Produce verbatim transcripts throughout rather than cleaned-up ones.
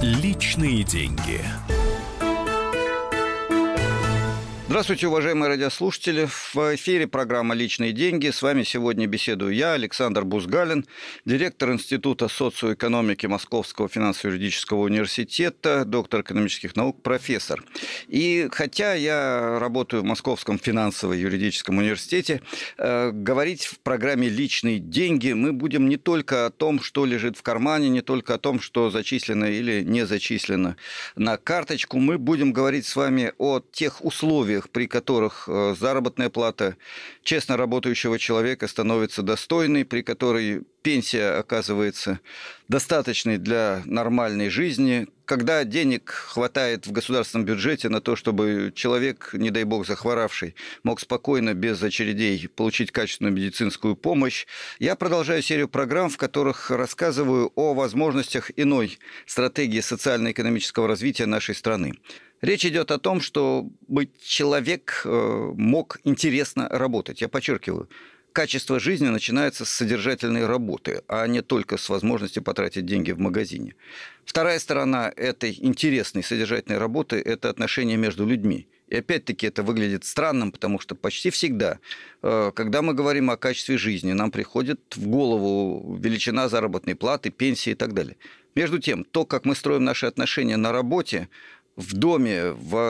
Личные деньги. Здравствуйте, уважаемые радиослушатели. В эфире программа «Личные деньги». С вами сегодня беседую я, Александр Бузгалин, директор Института социоэкономики Московского финансово-юридического университета, доктор экономических наук, профессор. И хотя я работаю в Московском финансово-юридическом университете, э, говорить в программе «Личные деньги» мы будем не только о том, что лежит в кармане, не только о том, что зачислено или не зачислено на карточку. Мы будем говорить с вами о тех условиях, при которых заработная плата честно работающего человека становится достойной, при которой пенсия оказывается достаточной для нормальной жизни, когда денег хватает в государственном бюджете на то, чтобы человек, не дай бог захворавший, мог спокойно, без очередей, получить качественную медицинскую помощь. Я продолжаю серию программ, в которых рассказываю о возможностях иной стратегии социально-экономического развития нашей страны. Речь идет о том, чтобы человек мог интересно работать. Я подчеркиваю, качество жизни начинается с содержательной работы, а не только с возможности потратить деньги в магазине. Вторая сторона этой интересной содержательной работы – это отношения между людьми. И опять-таки это выглядит странным, потому что почти всегда, когда мы говорим о качестве жизни, нам приходит в голову величина заработной платы, пенсии и так далее. Между тем, то, как мы строим наши отношения на работе, в доме,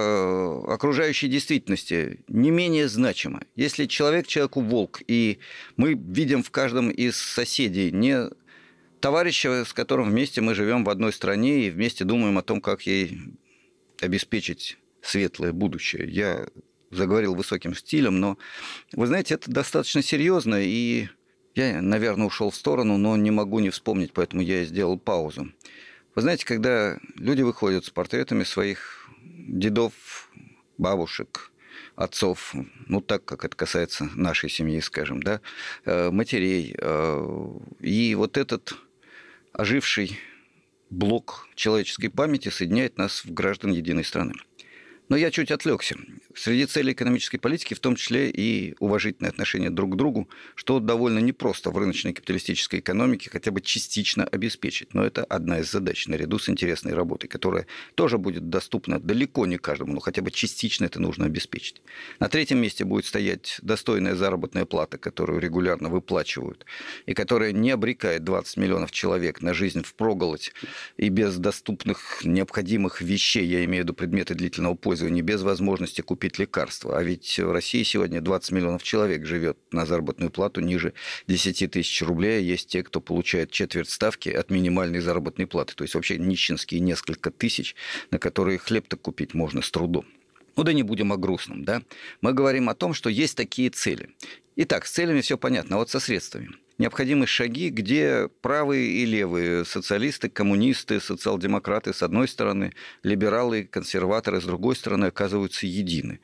в окружающей действительности не менее значимо. Если человек человеку волк, и мы видим в каждом из соседей не товарища, с которым вместе мы живем в одной стране и вместе думаем о том, как ей обеспечить светлое будущее. Я заговорил высоким стилем, но, вы знаете, это достаточно серьезно, и я, наверное, ушел в сторону, но не могу не вспомнить, поэтому я и сделал паузу. Вы знаете, когда люди выходят с портретами своих дедов, бабушек, отцов, ну так, как это касается нашей семьи, скажем, да, матерей, и вот этот оживший блок человеческой памяти соединяет нас в граждан единой страны. Но я чуть отвлекся. Среди целей экономической политики в том числе и уважительное отношение друг к другу, что довольно непросто в рыночной капиталистической экономике хотя бы частично обеспечить. Но это одна из задач, наряду с интересной работой, которая тоже будет доступна далеко не каждому, но хотя бы частично это нужно обеспечить. На третьем месте будет стоять достойная заработная плата, которую регулярно выплачивают, и которая не обрекает двадцать миллионов человек на жизнь впроголодь и без доступных необходимых вещей, я имею в виду предметы длительного пользования, не без возможности купить лекарства. А ведь в России сегодня двадцать миллионов человек живет на заработную плату ниже десяти тысяч рублей. Есть те, кто получает четверть ставки от минимальной заработной платы. То есть вообще нищенские несколько тысяч, на которые хлеб-то купить можно с трудом. Ну да не будем о грустном, да? Мы говорим о том, что есть такие цели. Итак, с целями все понятно, а вот со средствами. Необходимы шаги, где правые и левые, социалисты, коммунисты, социал-демократы с одной стороны, либералы, консерваторы с другой стороны оказываются едины.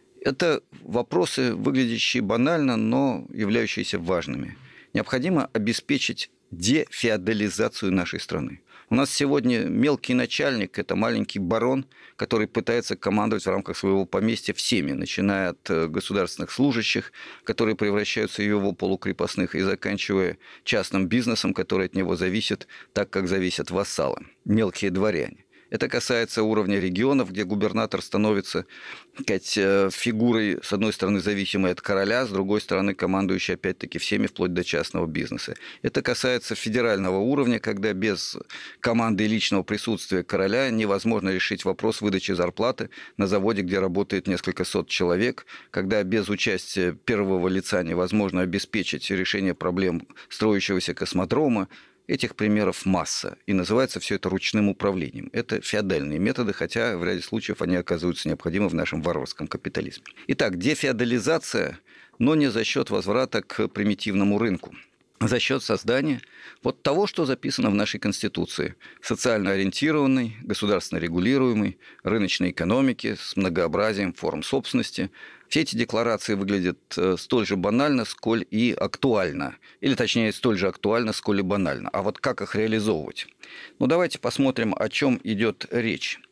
Это вопросы, выглядящие банально, но являющиеся важными. Необходимо обеспечить дефеодализацию нашей страны. У нас сегодня мелкий начальник – это маленький барон, который пытается командовать в рамках своего поместья всеми, начиная от государственных служащих, которые превращаются в его полукрепостных, и заканчивая частным бизнесом, который от него зависит, так как зависят вассалы, мелкие дворяне. Это касается уровня регионов, где губернатор становится, сказать, фигурой, с одной стороны, зависимой от короля, с другой стороны, командующей, опять-таки, всеми, вплоть до частного бизнеса. Это касается федерального уровня, когда без команды и личного присутствия короля невозможно решить вопрос выдачи зарплаты на заводе, где работает несколько сот человек, когда без участия первого лица невозможно обеспечить решение проблем строящегося космодрома. Этих примеров масса, и называется все это ручным управлением. Это феодальные методы, хотя в ряде случаев они оказываются необходимы в нашем варварском капитализме. Итак, дефеодализация, но не за счет возврата к примитивному рынку, а за счет создания вот того, что записано в нашей Конституции. Социально ориентированной, государственно регулируемой, рыночной экономики с многообразием форм собственности. Все эти декларации выглядят столь же банально, сколь и актуально. Или, точнее, столь же актуально, сколь и банально. А вот как их реализовывать? Ну, давайте посмотрим, о чем идет речь.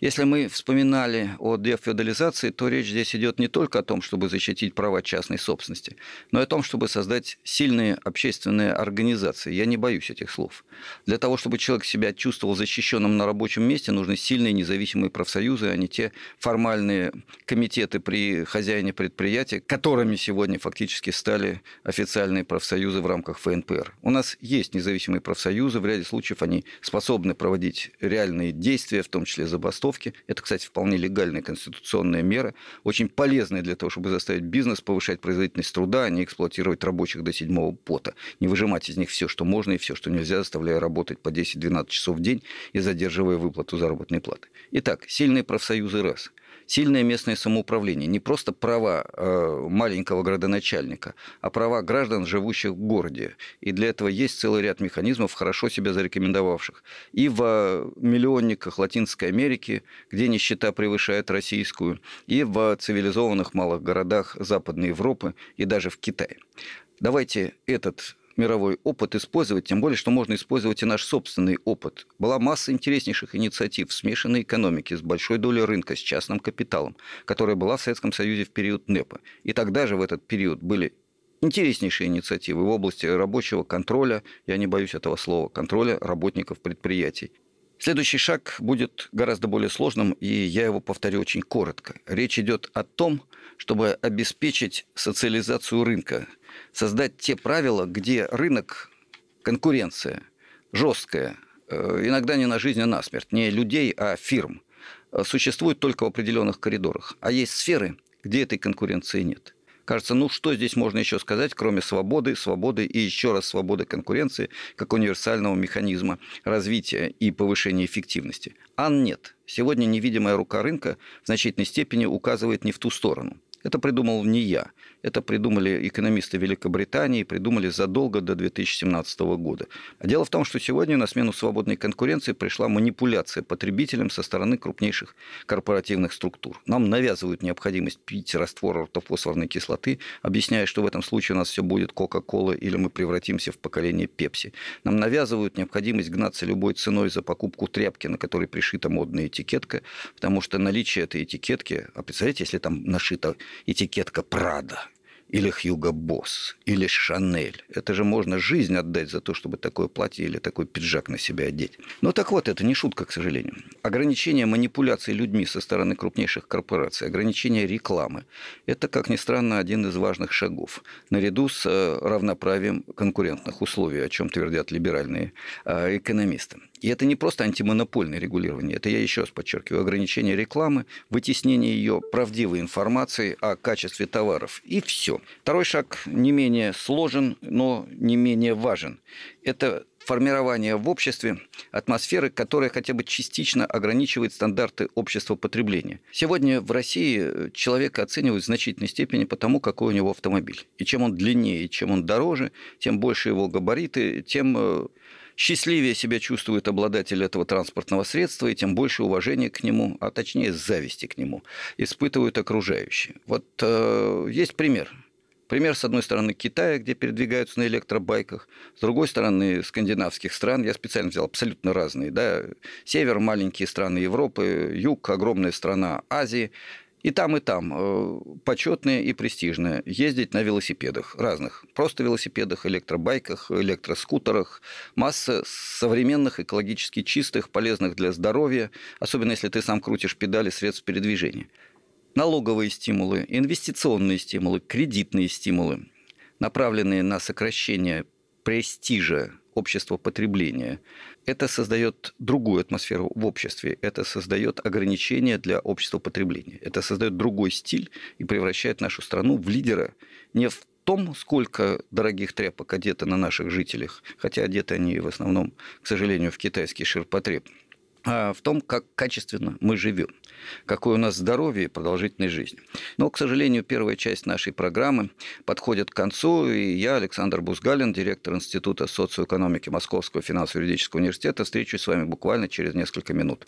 Если мы вспоминали о дефеодализации, то речь здесь идет не только о том, чтобы защитить права частной собственности, но и о том, чтобы создать сильные общественные организации. Я не боюсь этих слов. Для того, чтобы человек себя чувствовал защищенным на рабочем месте, нужны сильные независимые профсоюзы, а не те формальные комитеты при хозяине предприятия, которыми сегодня фактически стали официальные профсоюзы в рамках эф эн пэ эр. У нас есть независимые профсоюзы, в ряде случаев они способны проводить реальные действия, в том числе забастовки. Это, кстати, вполне легальная конституционная мера, очень полезная для того, чтобы заставить бизнес повышать производительность труда, а не эксплуатировать рабочих до седьмого пота, не выжимать из них все, что можно и все, что нельзя, заставляя работать по десять-двенадцать часов в день и задерживая выплату заработной платы. Итак, сильные профсоюзы – раз. Сильное местное самоуправление. Не просто права э, маленького градоначальника, а права граждан, живущих в городе. И для этого есть целый ряд механизмов, хорошо себя зарекомендовавших. И в миллионниках Латинской Америки, где нищета превышает российскую, и в цивилизованных малых городах Западной Европы, и даже в Китае. Давайте этот мировой опыт использовать, тем более, что можно использовать и наш собственный опыт. Была масса интереснейших инициатив в смешанной экономике с большой долей рынка, с частным капиталом, которая была в Советском Союзе в период НЭПа. И тогда же в этот период были интереснейшие инициативы в области рабочего контроля, я не боюсь этого слова, контроля работников предприятий. Следующий шаг будет гораздо более сложным, и я его повторю очень коротко. Речь идет о том, чтобы обеспечить социализацию рынка, создать те правила, где рынок, конкуренция жесткая, иногда не на жизнь, а на смерть, не людей, а фирм, существует только в определенных коридорах. А есть сферы, где этой конкуренции нет. Кажется, ну что здесь можно еще сказать, кроме свободы, свободы и еще раз свободы конкуренции, как универсального механизма развития и повышения эффективности? А нет. Сегодня невидимая рука рынка в значительной степени указывает не в ту сторону. Это придумал не я. Это придумали экономисты Великобритании, придумали задолго до две тысячи семнадцатого года. А дело в том, что сегодня на смену свободной конкуренции пришла манипуляция потребителем со стороны крупнейших корпоративных структур. Нам навязывают необходимость пить раствор ортофосфорной кислоты, объясняя, что в этом случае у нас все будет Кока-Кола или мы превратимся в поколение Пепси. Нам навязывают необходимость гнаться любой ценой за покупку тряпки, на которой пришита модная этикетка, потому что наличие этой этикетки, а представляете, если там нашита этикетка Прада, или Хьюго Босс, или Шанель. Это же можно жизнь отдать за то, чтобы такое платье или такой пиджак на себя одеть. Но так вот, это не шутка, к сожалению. Ограничение манипуляций людьми со стороны крупнейших корпораций, ограничение рекламы – это, как ни странно, один из важных шагов. Наряду с равноправием конкурентных условий, о чем твердят либеральные экономисты. И это не просто антимонопольное регулирование, это я еще раз подчеркиваю, ограничение рекламы, вытеснение ее правдивой информации о качестве товаров. И все. Второй шаг не менее сложен, но не менее важен. Это формирование в обществе атмосферы, которая хотя бы частично ограничивает стандарты общества потребления. Сегодня в России человека оценивают в значительной степени по тому, какой у него автомобиль. И чем он длиннее, и чем он дороже, тем больше его габариты, тем счастливее себя чувствует обладатель этого транспортного средства, и тем больше уважения к нему, а точнее зависти к нему, испытывают окружающие. Вот э, есть пример. Пример, с одной стороны, Китая, где передвигаются на электробайках, с другой стороны, скандинавских стран. Я специально взял абсолютно разные. Да? Север – маленькие страны Европы, юг – огромная страна Азии. И там, и там почетное и престижное ездить на велосипедах разных. Просто велосипедах, электробайках, электроскутерах. Масса современных, экологически чистых, полезных для здоровья, особенно если ты сам крутишь педали средств передвижения. Налоговые стимулы, инвестиционные стимулы, кредитные стимулы, направленные на сокращение престижа общества потребления. Это создает другую атмосферу в обществе, это создает ограничения для общества потребления, это создает другой стиль и превращает нашу страну в лидера не в том, сколько дорогих тряпок одето на наших жителях, хотя одеты они в основном, к сожалению, в китайский ширпотреб, а в том, как качественно мы живем, какое у нас здоровье и продолжительность жизни. Но, к сожалению, первая часть нашей программы подходит к концу, и я, Александр Бузгалин, директор Института социоэкономики Московского финансово-юридического университета, встречусь с вами буквально через несколько минут.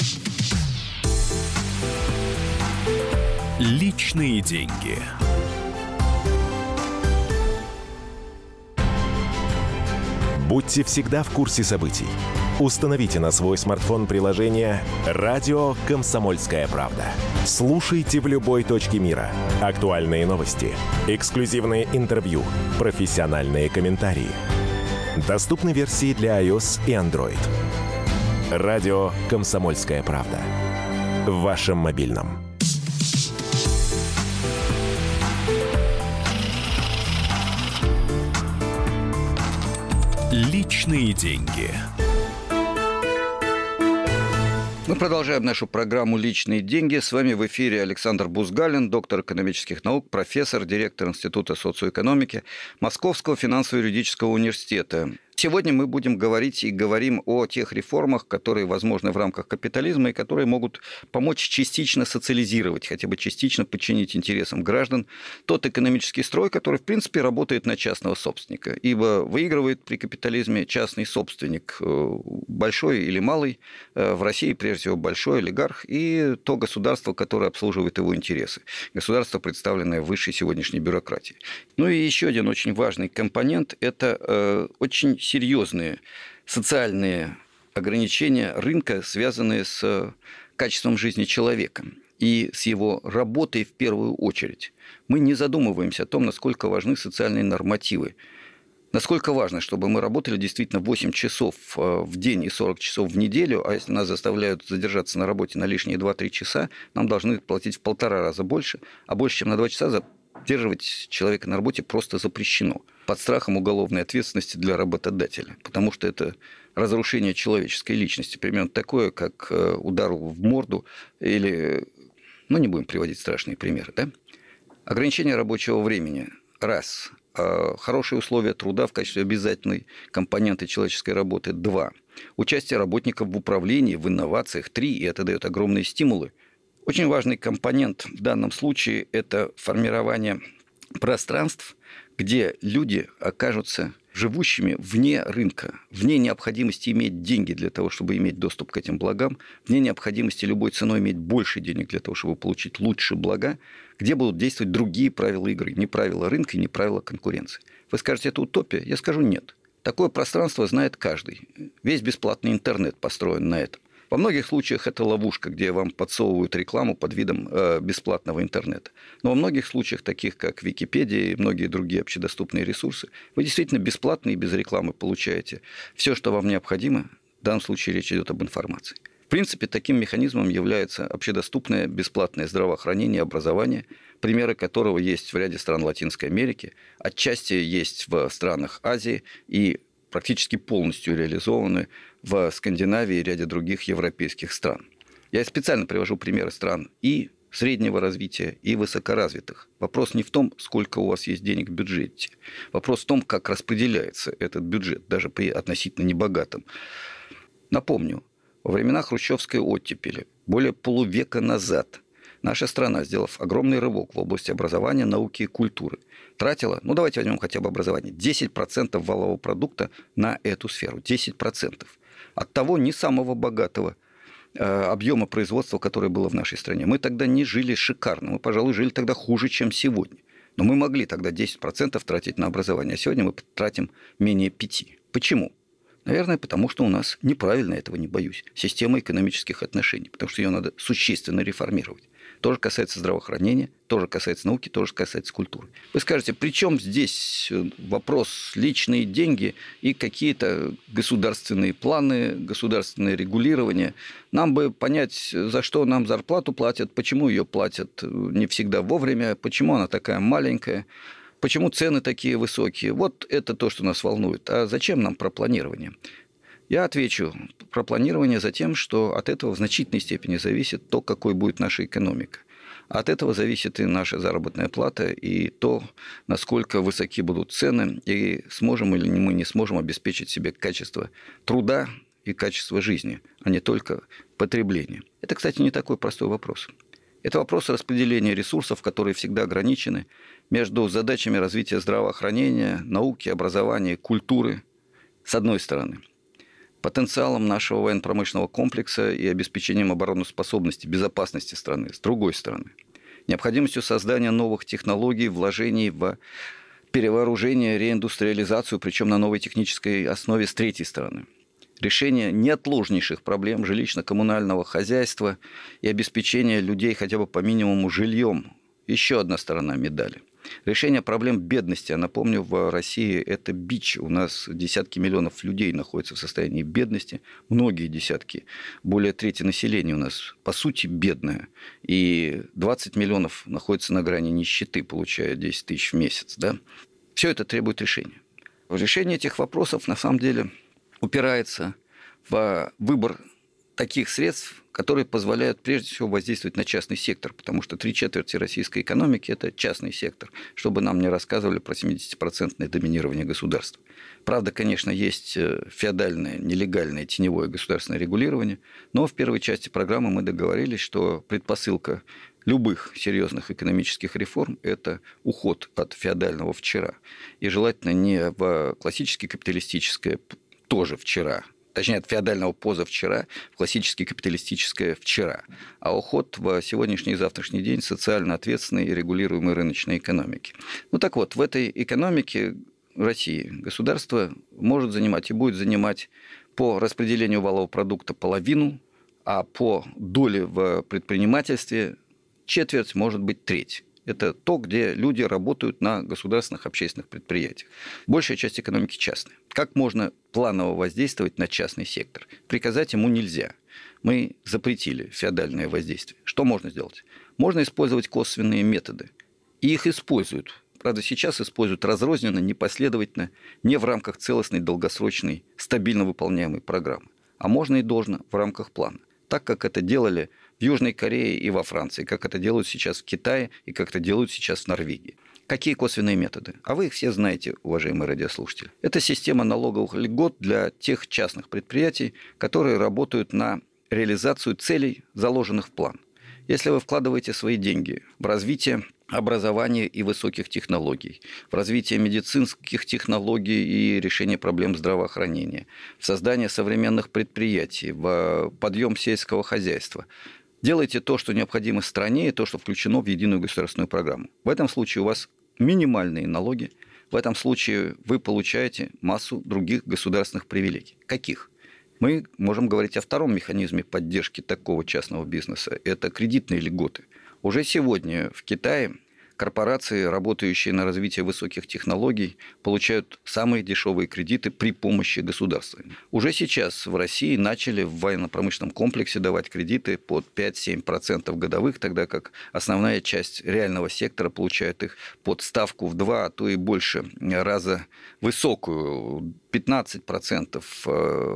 Личные деньги. Будьте всегда в курсе событий. Установите на свой смартфон приложение «Радио Комсомольская правда». Слушайте в любой точке мира. Актуальные новости, эксклюзивные интервью, профессиональные комментарии. Доступны версии для iOS и Android. «Радио Комсомольская правда». В вашем мобильном. Личные деньги. Мы продолжаем нашу программу «Личные деньги». С вами в эфире Александр Бузгалин, доктор экономических наук, профессор, директор Института социоэкономики Московского финансово-юридического университета. Сегодня мы будем говорить и говорим о тех реформах, которые возможны в рамках капитализма и которые могут помочь частично социализировать, хотя бы частично подчинить интересам граждан тот экономический строй, который, в принципе, работает на частного собственника. Ибо выигрывает при капитализме частный собственник, большой или малый, в России, прежде всего, большой олигарх, и то государство, которое обслуживает его интересы. Государство, представленное в высшей сегодняшней бюрократии. Ну и еще один очень важный компонент – это очень серьезные социальные ограничения рынка, связанные с качеством жизни человека и с его работой в первую очередь. Мы не задумываемся о том, насколько важны социальные нормативы. Насколько важно, чтобы мы работали действительно восемь часов в день и сорок часов в неделю, а если нас заставляют задержаться на работе на лишние два-три часа, нам должны платить в полтора раза больше, а больше, чем на два часа задерживать человека на работе просто запрещено. Под страхом уголовной ответственности для работодателя, потому что это разрушение человеческой личности, примерно такое, как удар в морду или, ну, не будем приводить страшные примеры, да? Ограничение рабочего времени – раз. Хорошие условия труда в качестве обязательной компоненты человеческой работы – два. Участие работников в управлении, в инновациях – три, и это дает огромные стимулы. Очень важный компонент в данном случае – это формирование пространств, где люди окажутся живущими вне рынка, вне необходимости иметь деньги для того, чтобы иметь доступ к этим благам, вне необходимости любой ценой иметь больше денег для того, чтобы получить лучшие блага, где будут действовать другие правила игры, не правила рынка и не правила конкуренции. Вы скажете, это утопия? Я скажу, нет. Такое пространство знает каждый. Весь бесплатный интернет построен на этом. Во многих случаях это ловушка, где вам подсовывают рекламу под видом э, бесплатного интернета. Но во многих случаях, таких как Википедия и многие другие общедоступные ресурсы, вы действительно бесплатно и без рекламы получаете все, что вам необходимо. В данном случае речь идет об информации. В принципе, таким механизмом является общедоступное бесплатное здравоохранение и образование, примеры которого есть в ряде стран Латинской Америки, отчасти есть в странах Азии и практически полностью реализованы в Скандинавии и ряде других европейских стран. Я специально привожу примеры стран и среднего развития, и высокоразвитых. Вопрос не в том, сколько у вас есть денег в бюджете. Вопрос в том, как распределяется этот бюджет, даже при относительно небогатом. Напомню, во времена хрущевской оттепели, более полувека назад, наша страна, сделав огромный рывок в области образования, науки и культуры, тратила, ну давайте возьмем хотя бы образование, десять процентов валового продукта на эту сферу. десять процентов. От того не самого богатого э, объема производства, которое было в нашей стране. Мы тогда не жили шикарно, мы, пожалуй, жили тогда хуже, чем сегодня. Но мы могли тогда десять процентов тратить на образование, а сегодня мы тратим менее пяти процентов. Почему? Наверное, потому что у нас, неправильно этого не боюсь, система экономических отношений, потому что ее надо существенно реформировать. Тоже касается здравоохранения, тоже касается науки, тоже касается культуры. Вы скажете, при чем здесь вопрос личные деньги и какие-то государственные планы, государственное регулирование? Нам бы понять, за что нам зарплату платят, почему ее платят не всегда вовремя, почему она такая маленькая, почему цены такие высокие. Вот это то, что нас волнует. А зачем нам пропланирование? Я отвечу, про планирование за тем, что от этого в значительной степени зависит то, какой будет наша экономика. От этого зависит и наша заработная плата, и то, насколько высоки будут цены, и сможем или мы не сможем обеспечить себе качество труда и качество жизни, а не только потребление. Это, кстати, не такой простой вопрос. Это вопрос распределения ресурсов, которые всегда ограничены между задачами развития здравоохранения, науки, образования, культуры, с одной стороны, потенциалом нашего военно-промышленного комплекса и обеспечением обороноспособности, безопасности страны, с другой стороны, необходимостью создания новых технологий, вложений в перевооружение, реиндустриализацию, причем на новой технической основе, с третьей стороны. решение неотложнейших проблем жилищно-коммунального хозяйства и обеспечения людей хотя бы по минимуму жильем. Еще одна сторона медали. Решение проблем бедности. Я напомню, в России это бич. У нас десятки миллионов людей находятся в состоянии бедности. Многие десятки. Более трети населения у нас, по сути, бедное. И двадцать миллионов находятся на грани нищеты, получая десять тысяч в месяц. Да? Все это требует решения. Решение этих вопросов, на самом деле, упирается в выбор таких средств, которые позволяют прежде всего воздействовать на частный сектор, потому что три четверти российской экономики – это частный сектор, чтобы нам не рассказывали про семидесятипроцентное доминирование государства. Правда, конечно, есть феодальное, нелегальное, теневое государственное регулирование, но в первой части программы мы договорились, что предпосылка любых серьезных экономических реформ – это уход от феодального вчера. И желательно не в классически капиталистическое тоже вчера, точнее, от феодального позавчера в классически капиталистическое вчера, а уход в сегодняшний и завтрашний день социально ответственной и регулируемой рыночной экономики. Ну так вот, в этой экономике России государство может занимать и будет занимать по распределению валового продукта половину, а по доле в предпринимательстве четверть, может быть, треть. Это то, где люди работают на государственных общественных предприятиях. Большая часть экономики частная. Как можно планово воздействовать на частный сектор? Приказать ему нельзя. Мы запретили феодальное воздействие. Что можно сделать? Можно использовать косвенные методы. И их используют. Правда, сейчас используют разрозненно, непоследовательно, не в рамках целостной, долгосрочной, стабильно выполняемой программы. А можно и должно в рамках плана. Так, как это делали в Южной Корее и во Франции, как это делают сейчас в Китае и как это делают сейчас в Норвегии. Какие косвенные методы? А вы их все знаете, уважаемые радиослушатели. Это система налоговых льгот для тех частных предприятий, которые работают на реализацию целей, заложенных в план. Если вы вкладываете свои деньги в развитие образования и высоких технологий, в развитие медицинских технологий и решение проблем здравоохранения, в создание современных предприятий, в подъем сельского хозяйства, делайте то, что необходимо стране, и то, что включено в единую государственную программу. В этом случае у вас минимальные налоги, в этом случае вы получаете массу других государственных привилегий. Каких? Мы можем говорить о втором механизме поддержки такого частного бизнеса. Это кредитные льготы. Уже сегодня в Китае корпорации, работающие на развитие высоких технологий, получают самые дешевые кредиты при помощи государства. Уже сейчас в России начали в военно-промышленном комплексе давать кредиты под пять-семь процентов годовых, тогда как основная часть реального сектора получает их под ставку в два, а то и больше раза высокую, пятнадцать процентов.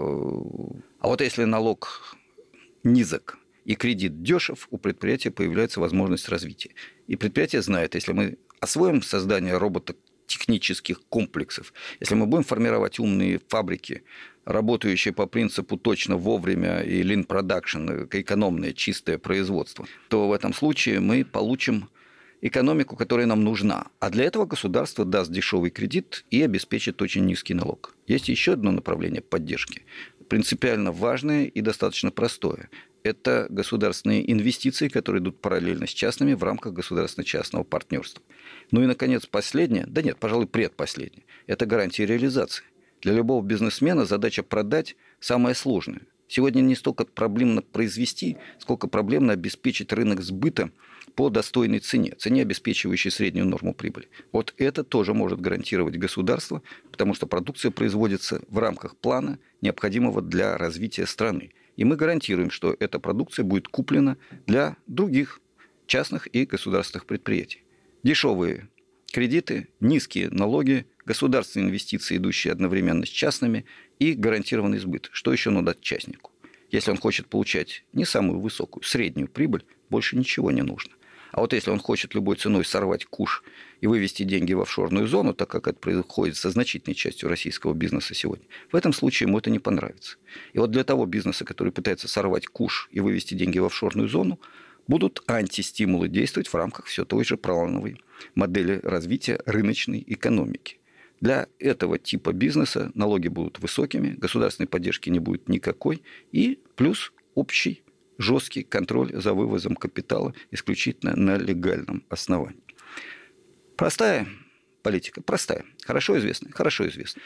А вот если налог низок и кредит дешев, у предприятия появляется возможность развития. И предприятие знает, если мы освоим создание робототехнических комплексов, если мы будем формировать умные фабрики, работающие по принципу точно вовремя и lean production, экономное чистое производство, то в этом случае мы получим экономику, которая нам нужна. А для этого государство даст дешевый кредит и обеспечит очень низкий налог. Есть еще одно направление поддержки, принципиально важное и достаточно простое. Это государственные инвестиции, которые идут параллельно с частными в рамках государственно-частного партнерства. Ну и, наконец, последнее, да нет, пожалуй, предпоследнее, это гарантия реализации. Для любого бизнесмена задача продать самое сложное. Сегодня не столько проблемно произвести, сколько проблемно обеспечить рынок сбыта по достойной цене, цене, обеспечивающей среднюю норму прибыли. Вот это тоже может гарантировать государство, потому что продукция производится в рамках плана, необходимого для развития страны. И мы гарантируем, что эта продукция будет куплена для других частных и государственных предприятий. Дешевые кредиты, низкие налоги, государственные инвестиции, идущие одновременно с частными, и гарантированный сбыт. Что еще надо частнику? Если он хочет получать не самую высокую, среднюю прибыль, больше ничего не нужно. А вот если он хочет любой ценой сорвать куш и вывести деньги в офшорную зону, так как это происходит со значительной частью российского бизнеса сегодня, в этом случае ему это не понравится. И вот для того бизнеса, который пытается сорвать куш и вывести деньги в офшорную зону, будут антистимулы действовать в рамках все той же плановой модели развития рыночной экономики. Для этого типа бизнеса налоги будут высокими, государственной поддержки не будет никакой, и плюс общий жесткий контроль за вывозом капитала исключительно на легальном основании. Простая политика, простая, хорошо известная, хорошо известная.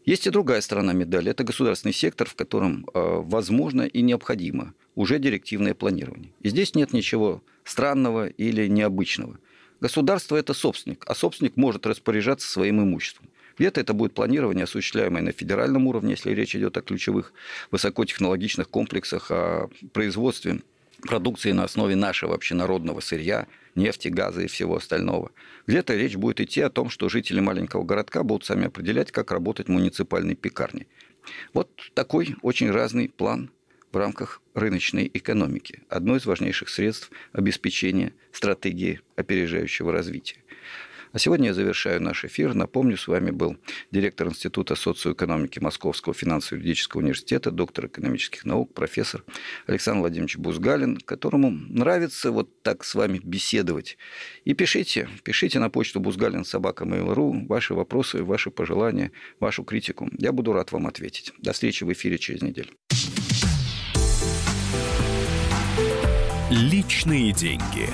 Есть и другая сторона медали. Это государственный сектор, в котором э, возможно и необходимо уже директивное планирование. И здесь нет ничего странного или необычного. Государство – это собственник, а собственник может распоряжаться своим имуществом. Где-то это будет планирование, осуществляемое на федеральном уровне, если речь идет о ключевых высокотехнологичных комплексах, о производстве продукции на основе нашего общенародного сырья, нефти, газа и всего остального. Где-то речь будет идти о том, что жители маленького городка будут сами определять, как работать муниципальные пекарни. Вот такой очень разный план в рамках рыночной экономики. Одно из важнейших средств обеспечения стратегии опережающего развития. А сегодня я завершаю наш эфир. Напомню, с вами был директор Института социоэкономики Московского финансово-юридического университета, доктор экономических наук, профессор Александр Владимирович Бузгалин, которому нравится вот так с вами беседовать. И пишите, пишите на почту бузгалин собака мейл точка ру ваши вопросы, ваши пожелания, вашу критику. Я буду рад вам ответить. До встречи в эфире через неделю. Личные деньги.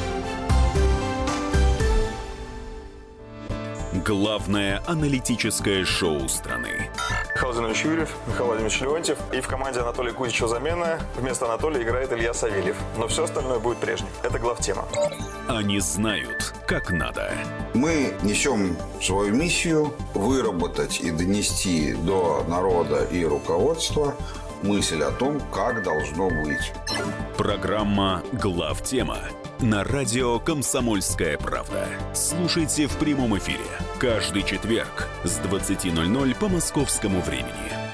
Главное аналитическое шоу страны. Михаил Зинович Юрьев, Михаил Владимирович Леонтьев. И в команде Анатолия Кузичева замена. Вместо Анатолия играет Илья Савельев. Но все остальное будет прежним. Это главтема. Они знают, как надо. Мы несем свою миссию выработать и донести до народа и руководства мысль о том, как должно быть. Программа «Главтема» на радио «Комсомольская правда». Слушайте в прямом эфире каждый четверг с двадцати ноль-ноль по московскому времени.